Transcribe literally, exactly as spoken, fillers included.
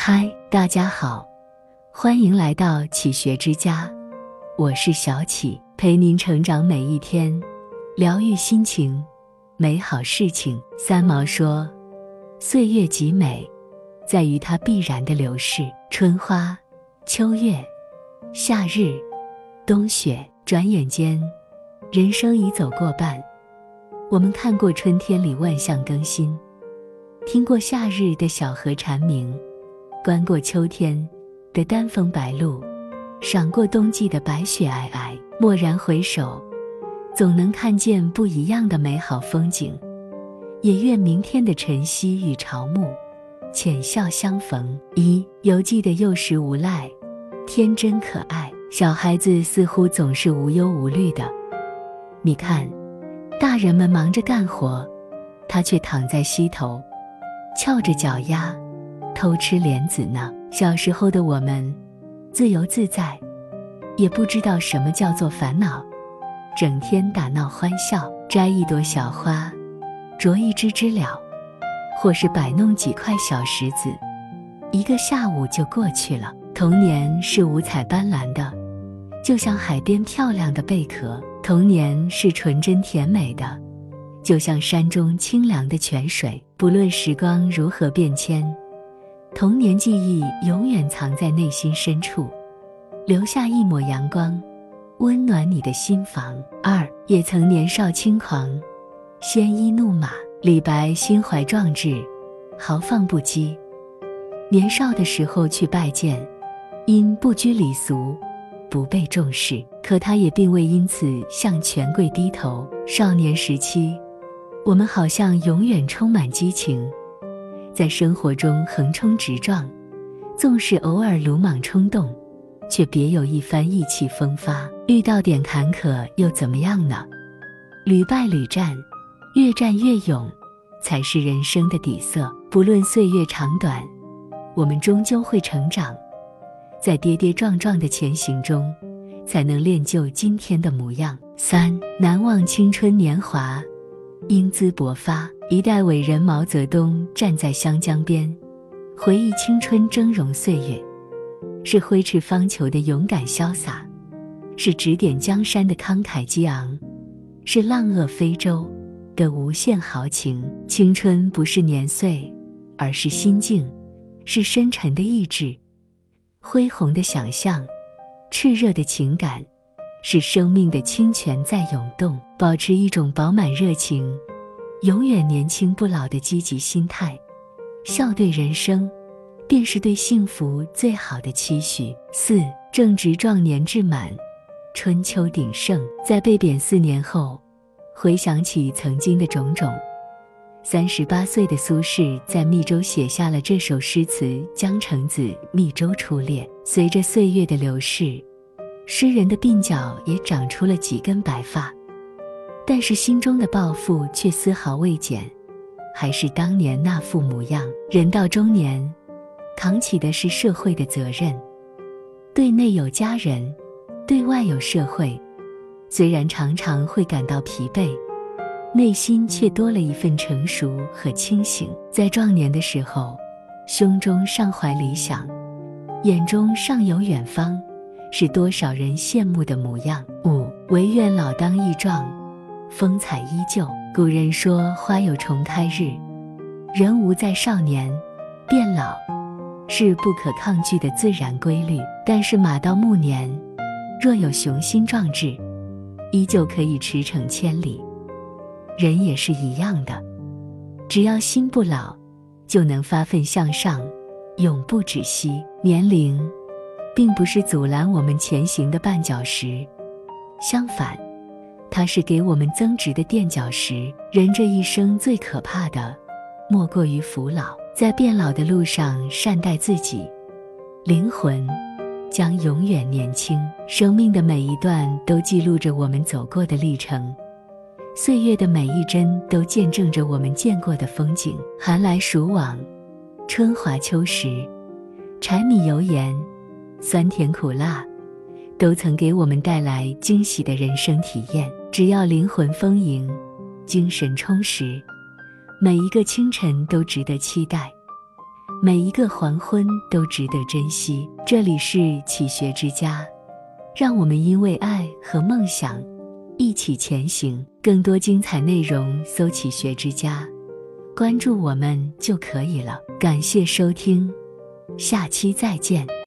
嗨，大家好，欢迎来到启学之家，我是小启，陪您成长每一天，疗愈心情，美好事情。三毛说，岁月极美，在于它必然的流逝。春花、秋月、夏日、冬雪，转眼间，人生已走过半。我们看过春天里万象更新，听过夏日的小河蝉鸣，观过秋天的丹枫白露，赏过冬季的白雪皑皑。蓦然回首，总能看见不一样的美好风景。也愿明天的晨曦与朝暮浅笑相逢。一游记的幼时无赖，天真可爱。小孩子似乎总是无忧无虑的，你看，大人们忙着干活，他却躺在溪头，翘着脚丫，偷吃莲子呢。小时候的我们，自由自在，也不知道什么叫做烦恼，整天打闹欢笑，摘一朵小花，啄一只知了，或是摆弄几块小石子，一个下午就过去了。童年是五彩斑斓的，就像海边漂亮的贝壳；童年是纯真甜美的，就像山中清凉的泉水。不论时光如何变迁，童年记忆永远藏在内心深处，留下一抹阳光，温暖你的心房。二也曾年少轻狂，鲜衣怒马。李白心怀壮志，豪放不羁。年少的时候去拜见，因不拘礼俗，不被重视，可他也并未因此向权贵低头。少年时期，我们好像永远充满激情，在生活中横冲直撞，纵使偶尔鲁莽冲动，却别有一番意气风发。遇到点坎坷又怎么样呢？屡败屡战，越战越勇，才是人生的底色。不论岁月长短，我们终究会成长，在跌跌撞撞的前行中，才能练就今天的模样。三难忘青春年华，英姿勃发。一代伟人毛泽东站在湘江边，回忆青春峥嵘岁月，是挥斥方遒的勇敢潇洒，是指点江山的慷慨激昂，是浪遏飞舟的无限豪情。青春不是年岁，而是心境，是深沉的意志，恢宏的想象，炽热的情感，是生命的清泉在涌动。保持一种饱满热情，永远年轻不老的积极心态，笑对人生，便是对幸福最好的期许。四正值壮年志满，春秋鼎盛。在被贬四年后，回想起曾经的种种，三十八岁的苏轼在密州写下了这首诗词《江城子·密州出猎》。随着岁月的流逝，诗人的鬓角也长出了几根白发，但是心中的抱负却丝毫未减，还是当年那副模样。人到中年，扛起的是社会的责任，对内有家人，对外有社会。虽然常常会感到疲惫，内心却多了一份成熟和清醒。在壮年的时候，胸中尚怀理想，眼中尚有远方，是多少人羡慕的模样。五唯愿老当益壮，风采依旧。古人说花有重开日，人无再少年。变老是不可抗拒的自然规律，但是马到暮年，若有雄心壮志，依旧可以驰骋千里。人也是一样的，只要心不老，就能发奋向上，永不止息。年龄并不是阻拦我们前行的绊脚石，相反，它是给我们增值的垫脚石。人这一生最可怕的，莫过于服老。在变老的路上善待自己，灵魂将永远年轻。生命的每一段都记录着我们走过的历程，岁月的每一帧都见证着我们见过的风景。寒来暑往，春华秋实，柴米油盐，酸甜苦辣，都曾给我们带来惊喜的人生体验。只要灵魂丰盈，精神充实，每一个清晨都值得期待。 每一个黄昏都值得珍惜。这里是启学之家，让我们因为爱和梦想一起前行。更多精彩内容搜启学之家，关注我们就可以了。感谢收听，下期再见。